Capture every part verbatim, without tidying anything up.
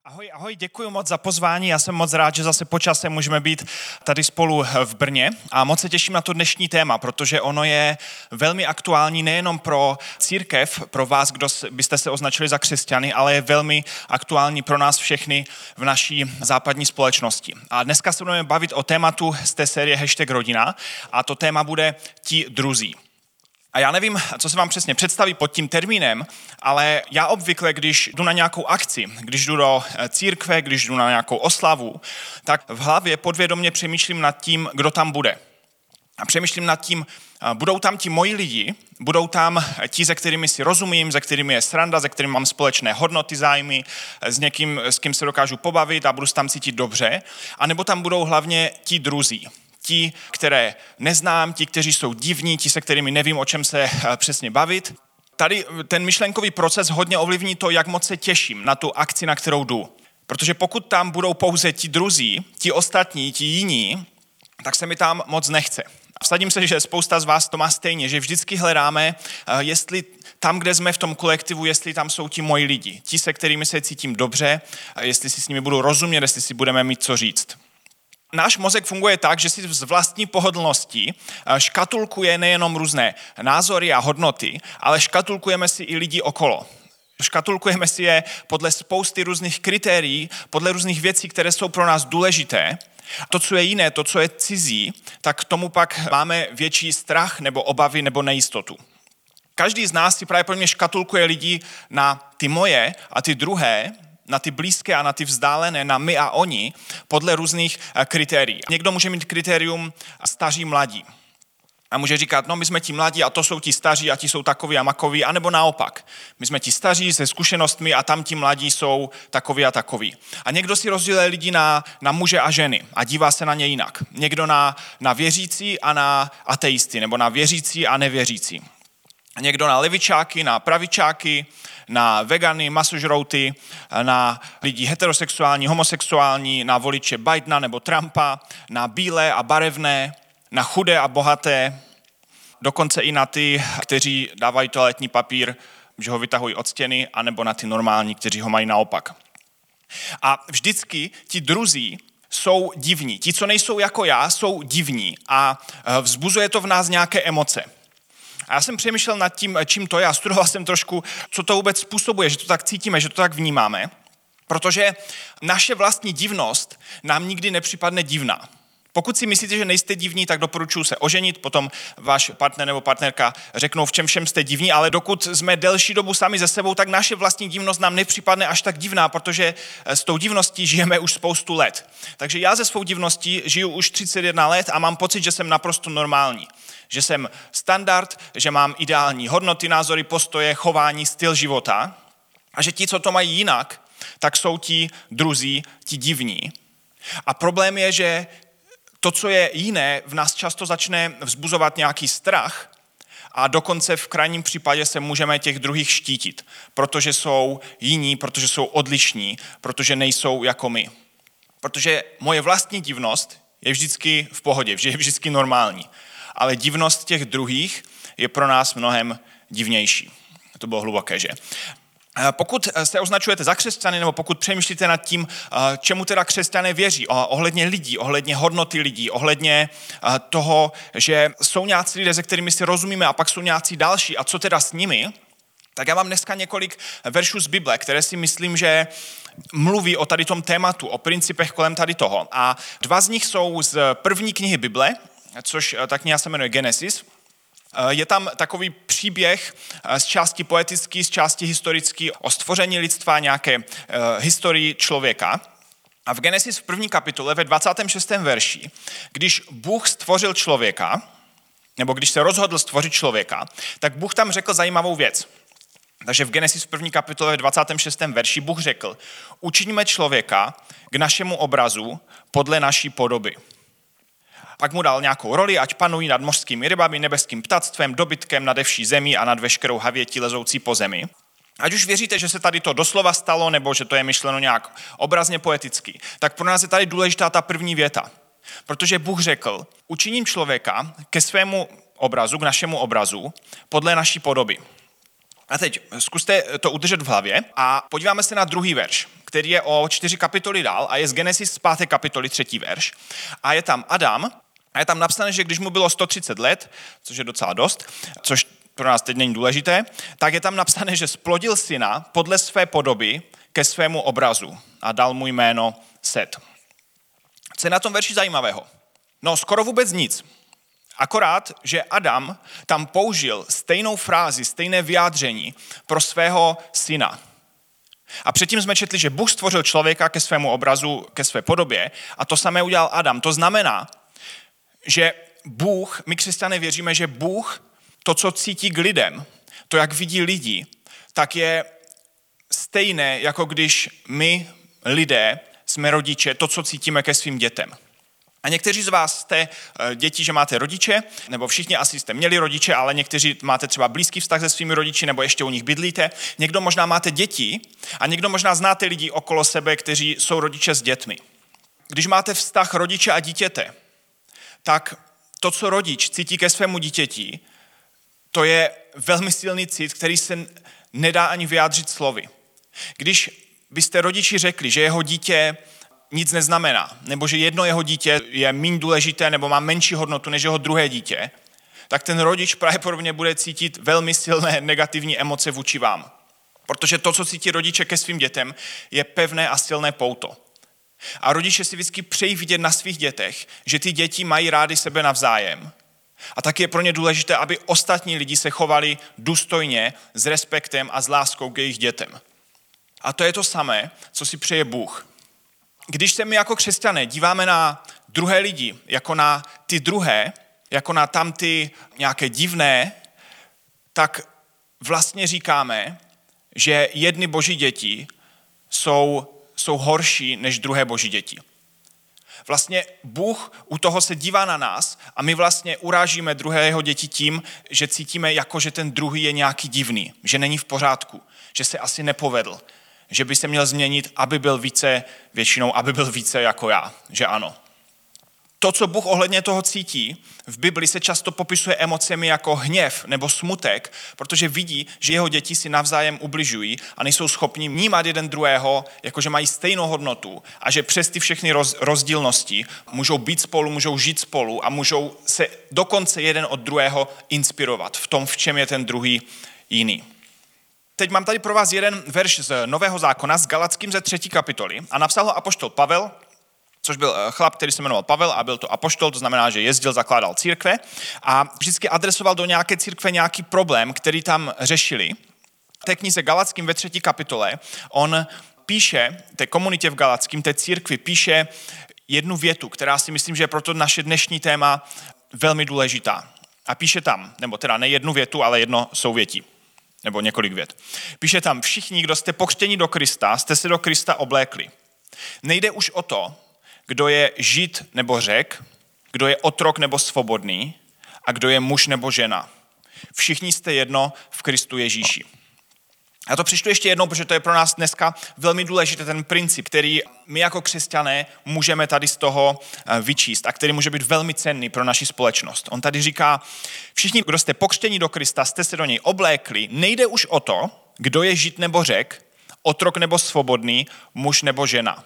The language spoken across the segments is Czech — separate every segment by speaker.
Speaker 1: Ahoj, ahoj, děkuji moc za pozvání. Já jsem moc rád, že zase po čase můžeme být tady spolu v Brně a moc se těším na to dnešní téma, protože ono je velmi aktuální nejenom pro církev, pro vás, kdo byste se označili za křesťany, ale je velmi aktuální pro nás všechny v naší západní společnosti. A dneska se budeme bavit o tématu z té série Hashtag rodina a to téma bude ti druzí. A já nevím, co se vám přesně představí pod tím termínem, ale já obvykle, když jdu na nějakou akci, když jdu do církve, když jdu na nějakou oslavu, tak v hlavě podvědomě přemýšlím nad tím, kdo tam bude. A přemýšlím nad tím, budou tam ti moji lidi, budou tam ti, se kterými si rozumím, se kterými je sranda, se kterými mám společné hodnoty, zájmy, s někým, s kým se dokážu pobavit a budu se tam cítit dobře, anebo tam budou hlavně ti druzí. Ti, které neznám, ti, kteří jsou divní, ti, se kterými nevím, o čem se přesně bavit. Tady ten myšlenkový proces hodně ovlivní to, jak moc se těším na tu akci, na kterou jdu. Protože pokud tam budou pouze ti druzí, ti ostatní, ti jiní, tak se mi tam moc nechce. Vsadím se, že spousta z vás to má stejně, že vždycky hledáme, jestli tam, kde jsme v tom kolektivu, jestli tam jsou ti moji lidi, ti, se kterými se cítím dobře, jestli si s nimi budu rozumět, jestli si budeme mít co říct. Náš mozek funguje tak, že si z vlastní pohodlnosti škatulkuje nejenom různé názory a hodnoty, ale škatulkujeme si i lidi okolo. Škatulkujeme si je podle spousty různých kritérií, podle různých věcí, které jsou pro nás důležité. To, co je jiné, to, co je cizí, tak k tomu pak máme větší strach nebo obavy nebo nejistotu. Každý z nás si pravděpodobně škatulkuje lidi na ty moje a ty druhé, na ty blízké a na ty vzdálené, na my a oni, podle různých kritérií. Někdo může mít kritérium staří mladí. A může říkat, no my jsme ti mladí a to jsou ti staří a ti jsou takoví a makoví, anebo naopak. My jsme ti staří se zkušenostmi a tam ti mladí jsou takoví a takoví. A někdo si rozděluje lidi na, na muže a ženy a dívá se na ně jinak. Někdo na, na věřící a na ateisty, nebo na věřící a nevěřící. Někdo na levičáky, na pravičáky, na vegany, masožrouty, na lidi heterosexuální, homosexuální, na voliče Bidena nebo Trumpa, na bílé a barevné, na chudé a bohaté, dokonce i na ty, kteří dávají toaletní papír, že ho vytahují od stěny, anebo na ty normální, kteří ho mají naopak. A vždycky ti druzí jsou divní. Ti, co nejsou jako já, jsou divní a vzbuzuje to v nás nějaké emoce. A já jsem přemýšlel nad tím, čím to je a studoval jsem trošku, co to vůbec způsobuje, že to tak cítíme, že to tak vnímáme, protože naše vlastní divnost nám nikdy nepřipadne divná. Pokud si myslíte, že nejste divní, tak doporučuji se oženit, potom váš partner nebo partnerka řeknou, v čem všem jste divní, ale dokud jsme delší dobu sami ze sebou, tak naše vlastní divnost nám nepřipadne až tak divná, protože s tou divností žijeme už spoustu let. Takže já ze svou divností žiju už třicet jedna let a mám pocit, že jsem naprosto normální. Že jsem standard, že mám ideální hodnoty, názory, postoje, chování, styl života a že ti, co to mají jinak, tak jsou ti druzí, ti divní. A problém je, že to, co je jiné, v nás často začne vzbuzovat nějaký strach a dokonce v krajním případě se můžeme těch druhých štítit, protože jsou jiní, protože jsou odlišní, protože nejsou jako my. Protože moje vlastní divnost je vždycky v pohodě, že je vždycky normální. Ale divnost těch druhých je pro nás mnohem divnější. To bylo hluboké, že? Pokud se označujete za křesťany, nebo pokud přemýšlíte nad tím, čemu teda křesťané věří, ohledně lidí, ohledně hodnoty lidí, ohledně toho, že jsou nějací lidé, se kterými si rozumíme a pak jsou nějací další a co teda s nimi, tak já mám dneska několik veršů z Bible, které si myslím, že mluví o tady tom tématu, o principech kolem tady toho. A dva z nich jsou z první knihy Bible, což ta kniha se jmenuje Genesis. Je tam takový příběh z části poetický, z části historický o stvoření lidstva, nějaké uh, historii člověka. A v Genesis v první kapitole ve dvacátém šestém verši, když Bůh stvořil člověka, nebo když se rozhodl stvořit člověka, tak Bůh tam řekl zajímavou věc. Takže v Genesis v první kapitole ve dvacátém šestém verši Bůh řekl, učiňme člověka k našemu obrazu podle naší podoby. Pak mu dal nějakou roli, ať panují nad mořskými rybami, nebeským ptactvem, dobytkem, nade vší zemí a nad veškerou havětí lezoucí po zemi. Ať už věříte, že se tady to doslova stalo, nebo že to je myšleno nějak obrazně poeticky, tak pro nás je tady důležitá ta první věta. Protože Bůh řekl, učiním člověka ke svému obrazu, k našemu obrazu, podle naší podoby. A teď zkuste to udržet v hlavě a podíváme se na druhý verš, který je o čtyři kapitoly dál a je z Genesis z páté kapitoly třetí verš. A je tam Adam a je tam napsané, že když mu bylo sto třicet let, což je docela dost, což pro nás teď není důležité, tak je tam napsané, že splodil syna podle své podoby ke svému obrazu a dal mu jméno Set. Co je na tom verši zajímavého? No skoro vůbec nic. Akorát, že Adam tam použil stejnou frázi, stejné vyjádření pro svého syna. A předtím jsme četli, že Bůh stvořil člověka ke svému obrazu, ke své podobě a to samé udělal Adam. To znamená, že Bůh, my křesťané věříme, že Bůh to, co cítí k lidem, to, jak vidí lidi, tak je stejné, jako když my, lidé, jsme rodiče, to, co cítíme ke svým dětem. A někteří z vás jste děti, že máte rodiče, nebo všichni asi jste měli rodiče, ale někteří máte třeba blízký vztah se svými rodiči, nebo ještě u nich bydlíte. Někdo možná máte děti a někdo možná znáte lidi okolo sebe, kteří jsou rodiče s dětmi. Když máte vztah rodiče a dítěte, tak to, co rodič cítí ke svému dítěti, to je velmi silný cit, který se nedá ani vyjádřit slovy. Když byste rodiči řekli, že jeho dítě nic neznamená, nebo že jedno jeho dítě je méně důležité nebo má menší hodnotu než jeho druhé dítě, tak ten rodič pravděpodobně bude cítit velmi silné negativní emoce vůči vám. Protože to, co cítí rodiče ke svým dětem, je pevné a silné pouto. A rodiče si vždycky přejí vidět na svých dětech, že ty děti mají rády sebe navzájem. A tak je pro ně důležité, aby ostatní lidi se chovali důstojně, s respektem a s láskou k jejich dětem. A to je to samé, co si přeje Bůh. Když se my jako křesťané díváme na druhé lidi, jako na ty druhé, jako na tam ty nějaké divné, tak vlastně říkáme, že jedny boží děti jsou, jsou horší než druhé boží děti. Vlastně Bůh u toho se dívá na nás a my vlastně urážíme druhého děti tím, že cítíme jako, že ten druhý je nějaký divný, že není v pořádku, že se asi nepovedl, že by se měl změnit, aby byl více, většinou, aby byl více jako já, že ano. To, co Bůh ohledně toho cítí, v Bibli se často popisuje emocemi jako hněv nebo smutek, protože vidí, že jeho děti si navzájem ubližují a nejsou schopni vnímat jeden druhého, jakože mají stejnou hodnotu a že přes ty všechny roz, rozdílnosti můžou být spolu, můžou žít spolu a můžou se dokonce jeden od druhého inspirovat v tom, v čem je ten druhý jiný. Teď mám tady pro vás jeden verš z Nového zákona, s Galackým ze třetí kapitoly a napsal ho apoštol Pavel, což byl chlap, který se jmenoval Pavel a byl to apoštol, to znamená, že jezdil, zakládal církve a vždycky adresoval do nějaké církve nějaký problém, který tam řešili. V té knize Galackým ve třetí kapitole on píše, té komunitě v Galackým, té církvi, píše jednu větu, která si myslím, že je pro to naše dnešní téma velmi důležitá. A píše tam, nebo teda ne jednu větu, ale jedno souvětí. Nebo několik vět. Píše tam, všichni, kdo jste pokřtěni do Krista, jste se do Krista oblékli. Nejde už o to, kdo je Žid nebo Řek, kdo je otrok nebo svobodný a kdo je muž nebo žena. Všichni jste jedno v Kristu Ježíši. Já to přečtu ještě jednou, protože to je pro nás dneska velmi důležitý ten princip, který my jako křesťané můžeme tady z toho vyčíst a který může být velmi cenný pro naši společnost. On tady říká, všichni, kdo jste pokřtěni do Krista, jste se do něj oblékli, nejde už o to, kdo je Žid nebo Řek, otrok nebo svobodný, muž nebo žena.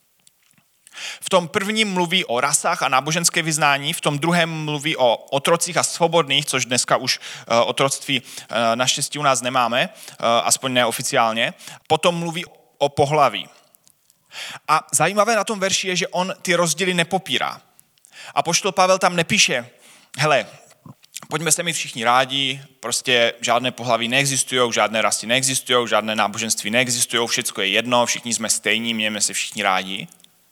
Speaker 1: V tom prvním mluví o rasách a náboženské vyznání, v tom druhém mluví o otrocích a svobodných, což dneska už uh, otroctví uh, naštěstí u nás nemáme, uh, aspoň neoficiálně. Potom mluví o pohlaví. A zajímavé na tom verši je, že on ty rozdíly nepopírá. Apoštol Pavel tam nepíše, hele, pojďme se mít všichni rádi, prostě žádné pohlaví neexistují, žádné rasy neexistují, žádné náboženství neexistují, všecko je jedno, všichni jsme stejní, mějme se všichni rádi.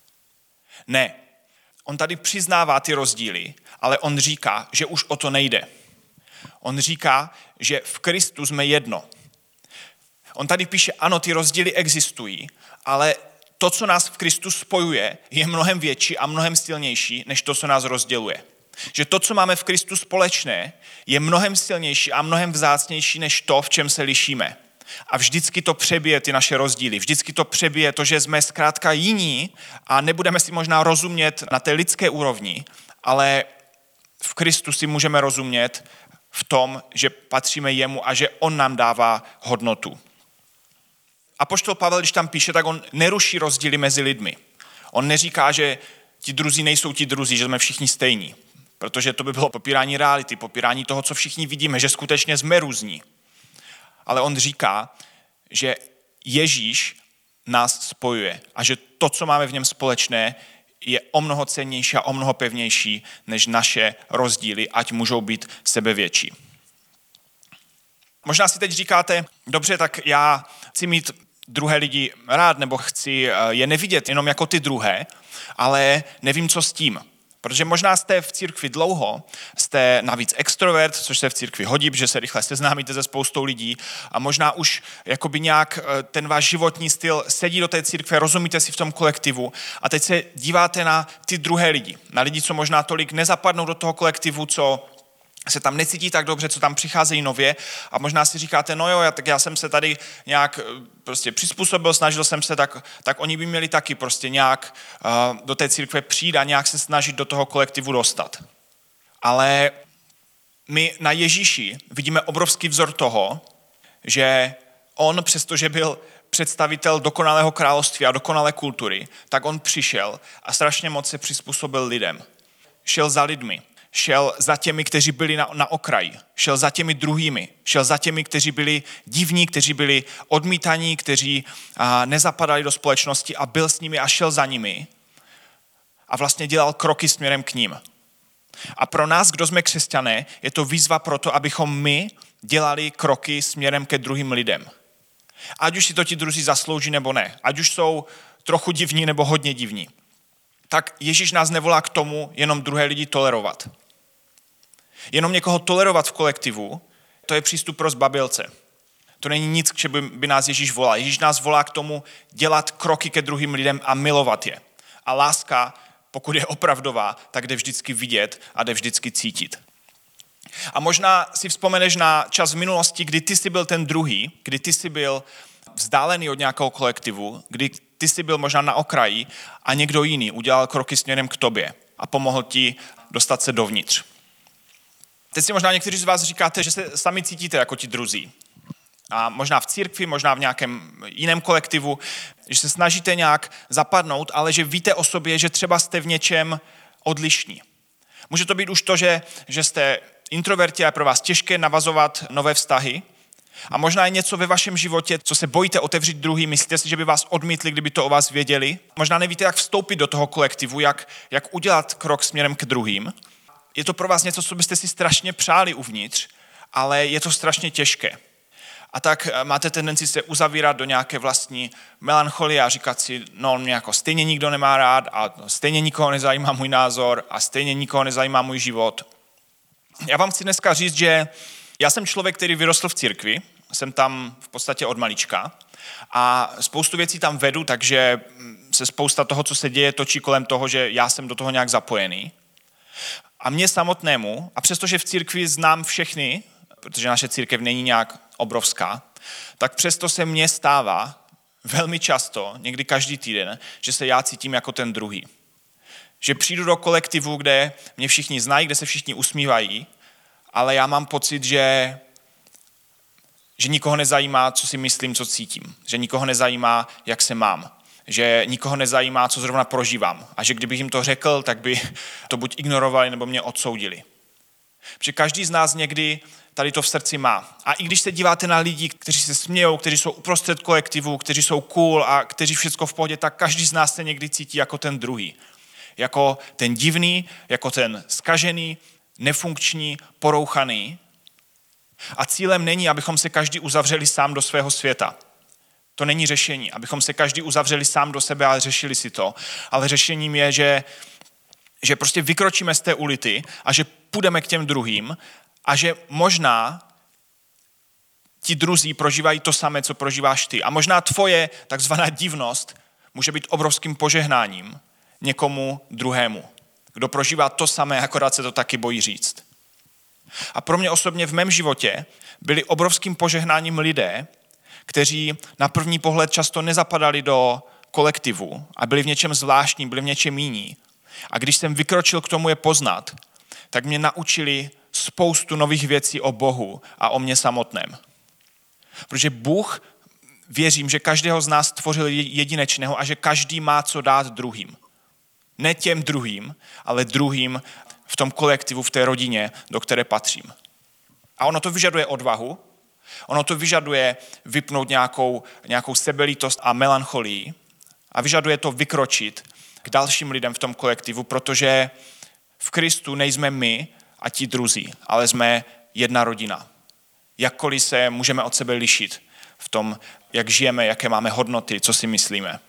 Speaker 1: Ne, on tady přiznává ty rozdíly, ale on říká, že už o to nejde. On říká, že v Kristu jsme jedno. On tady píše, ano, ty rozdíly existují, ale to, co nás v Kristu spojuje, je mnohem větší a mnohem silnější, než to, co nás rozděluje. Že to, co máme v Kristu společné, je mnohem silnější a mnohem vzácnější, než to, v čem se lišíme. A vždycky to přebije ty naše rozdíly. Vždycky to přebije to, že jsme zkrátka jiní a nebudeme si možná rozumět na té lidské úrovni, ale v Kristu si můžeme rozumět v tom, že patříme jemu a že on nám dává hodnotu. Apoštol Pavel, když tam píše, tak on neruší rozdíly mezi lidmi. On neříká, že ti druzí nejsou ti druzí, že jsme všichni stejní. Protože to by bylo popírání reality, popírání toho, co všichni vidíme, že skutečně jsme různí. Ale on říká, že Ježíš nás spojuje a že to, co máme v něm společné, je o mnoho cennější a o mnoho pevnější než naše rozdíly, ať můžou být sebevětší. Možná si teď říkáte, dobře, tak já chci mít druhé lidi rád, nebo chci je nevidět jenom jako ty druhé, ale nevím, co s tím. Protože možná jste v církvi dlouho, jste navíc extrovert, což se v církvi hodí, že se rychle seznámíte se spoustou lidí a možná už jakoby nějak ten váš životní styl sedí do té církve, rozumíte si v tom kolektivu a teď se díváte na ty druhé lidi, na lidi, co možná tolik nezapadnou do toho kolektivu, co se tam necítí tak dobře, co tam přicházejí nově a možná si říkáte, no jo, tak já jsem se tady nějak prostě přizpůsobil, snažil jsem se, tak, tak oni by měli taky prostě nějak uh, do té církve přijít a nějak se snažit do toho kolektivu dostat. Ale my na Ježíši vidíme obrovský vzor toho, že on, přestože byl představitel dokonalého království a dokonalé kultury, tak on přišel a strašně moc se přizpůsobil lidem. Šel za lidmi. Šel za těmi, kteří byli na, na okraji. Šel za těmi druhými. Šel za těmi, kteří byli divní, kteří byli odmítaní, kteří a, nezapadali do společnosti a byl s nimi a šel za nimi. A vlastně dělal kroky směrem k ním. A pro nás, kdo jsme křesťané, je to výzva pro to, abychom my dělali kroky směrem ke druhým lidem. Ať už si to ti druzí zaslouží nebo ne. Ať už jsou trochu divní nebo hodně divní. Tak Ježíš nás nevolá k tomu jenom druhé lidi tolerovat. Jenom někoho tolerovat v kolektivu, to je přístup pro zbabělce. To není nic, k čemu by nás Ježíš volal. Ježíš nás volá k tomu dělat kroky ke druhým lidem a milovat je. A láska, pokud je opravdová, tak jde vždycky vidět a jde vždycky cítit. A možná si vzpomeneš na čas v minulosti, kdy ty jsi byl ten druhý, kdy ty jsi byl vzdálený od nějakého kolektivu, kdy ty jsi byl možná na okraji a někdo jiný udělal kroky směrem k tobě a pomohl ti dostat se dovnitř. Teď si možná někteří z vás říkáte, že se sami cítíte jako ti druzí. A možná v církvi, možná v nějakém jiném kolektivu, že se snažíte nějak zapadnout, ale že víte o sobě, že třeba jste v něčem odlišní. Může to být už to, že, že jste introverti a je pro vás těžké navazovat nové vztahy. A možná je něco ve vašem životě, co se bojíte otevřít druhým, myslíte si, že by vás odmítli, kdyby to o vás věděli. Možná nevíte, jak vstoupit do toho kolektivu, jak, jak udělat krok směrem k druhým. Je to pro vás něco, co byste si strašně přáli uvnitř, ale je to strašně těžké. A tak máte tendenci se uzavírat do nějaké vlastní melancholie a říkat si, no mě jako stejně nikdo nemá rád a stejně nikoho nezajímá můj názor a stejně nikoho nezajímá můj život. Já vám chci dneska říct, že já jsem člověk, který vyrostl v církvi, jsem tam v podstatě od malička a spoustu věcí tam vedu, takže se spousta toho, co se děje, točí kolem toho, že já jsem do toho nějak zapojený. A mě samotnému, a přestože v církvi znám všechny, protože naše církev není nějak obrovská, tak přesto se mně stává velmi často, někdy každý týden, že se já cítím jako ten druhý. Že přijdu do kolektivu, kde mě všichni znají, kde se všichni usmívají, ale já mám pocit, že, že nikoho nezajímá, co si myslím, co cítím. Že nikoho nezajímá, jak se mám. Že nikoho nezajímá, co zrovna prožívám. A že kdybych jim to řekl, tak by to buď ignorovali, nebo mě odsoudili. Protože každý z nás někdy tady to v srdci má. A i když se díváte na lidi, kteří se smějou, kteří jsou uprostřed kolektivu, kteří jsou cool a kteří všechno v pohodě, tak každý z nás se někdy cítí jako ten druhý. Jako ten divný, jako ten zkažený, nefunkční, porouchaný. A cílem není, abychom se každý uzavřeli sám do svého světa. To není řešení, abychom se každý uzavřeli sám do sebe a řešili si to. Ale řešením je, že, že prostě vykročíme z té ulity a že půjdeme k těm druhým a že možná ti druzí prožívají to samé, co prožíváš ty. A možná tvoje takzvaná divnost může být obrovským požehnáním někomu druhému, kdo prožívá to samé, akorát se to taky bojí říct. A pro mě osobně v mém životě byli obrovským požehnáním lidé, kteří na první pohled často nezapadali do kolektivu a byli v něčem zvláštní, byli v něčem jiní. A když jsem vykročil k tomu je poznat, tak mě naučili spoustu nových věcí o Bohu a o mně samotném. Protože Bůh, věřím, že každého z nás stvořil jedinečného a že každý má co dát druhým. Ne těm druhým, ale druhým v tom kolektivu, v té rodině, do které patřím. A ono to vyžaduje odvahu, ono to vyžaduje vypnout nějakou, nějakou sebelítost a melancholii a vyžaduje to vykročit k dalším lidem v tom kolektivu, protože v Kristu nejsme my a ti druzí, ale jsme jedna rodina. Jakkoliv se můžeme od sebe lišit v tom, jak žijeme, jaké máme hodnoty, co si myslíme.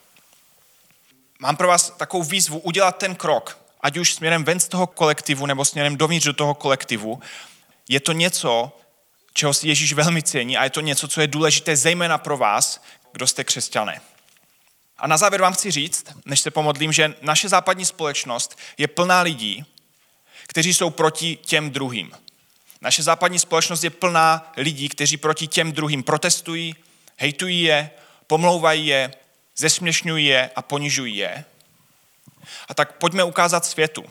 Speaker 1: Mám pro vás takovou výzvu udělat ten krok, ať už směrem ven z toho kolektivu nebo směrem dovnitř do toho kolektivu. Je to něco, čeho si Ježíš velmi cení a je to něco, co je důležité zejména pro vás, kdo jste křesťané. A na závěr vám chci říct, než se pomodlím, že naše západní společnost je plná lidí, kteří jsou proti těm druhým. Naše západní společnost je plná lidí, kteří proti těm druhým protestují, hejtují je, pomlouvají je, zesměšňují je a ponižují je. A tak pojďme ukázat světu,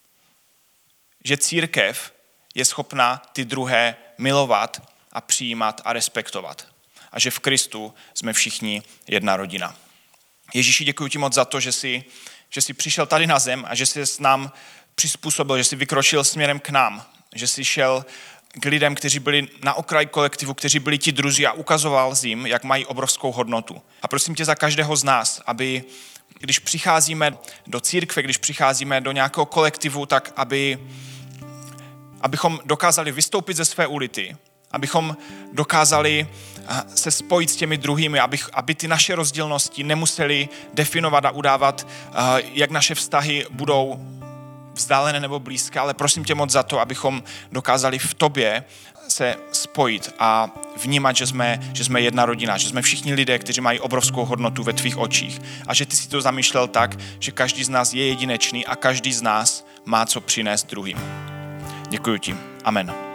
Speaker 1: že církev je schopna ty druhé milovat a přijímat a respektovat. A že v Kristu jsme všichni jedna rodina. Ježíši, děkuji ti moc za to, že jsi, že jsi přišel tady na zem a že jsi s nám přizpůsobil, že jsi vykročil směrem k nám, že jsi šel k lidem, kteří byli na okraji kolektivu, kteří byli ti druzí a ukazoval jim, jak mají obrovskou hodnotu. A prosím tě za každého z nás, aby když přicházíme do církve, když přicházíme do nějakého kolektivu, tak aby, abychom dokázali vystoupit ze své ulity, abychom dokázali se spojit s těmi druhými, aby, aby ty naše rozdílnosti nemuseli definovat a udávat, jak naše vztahy budou vzdálené nebo blízké, ale prosím tě moc za to, abychom dokázali v tobě se spojit a vnímat, že jsme, že jsme jedna rodina, že jsme všichni lidé, kteří mají obrovskou hodnotu ve tvých očích a že ty si to zamýšlel tak, že každý z nás je jedinečný a každý z nás má co přinést druhým. Děkuji ti. Amen.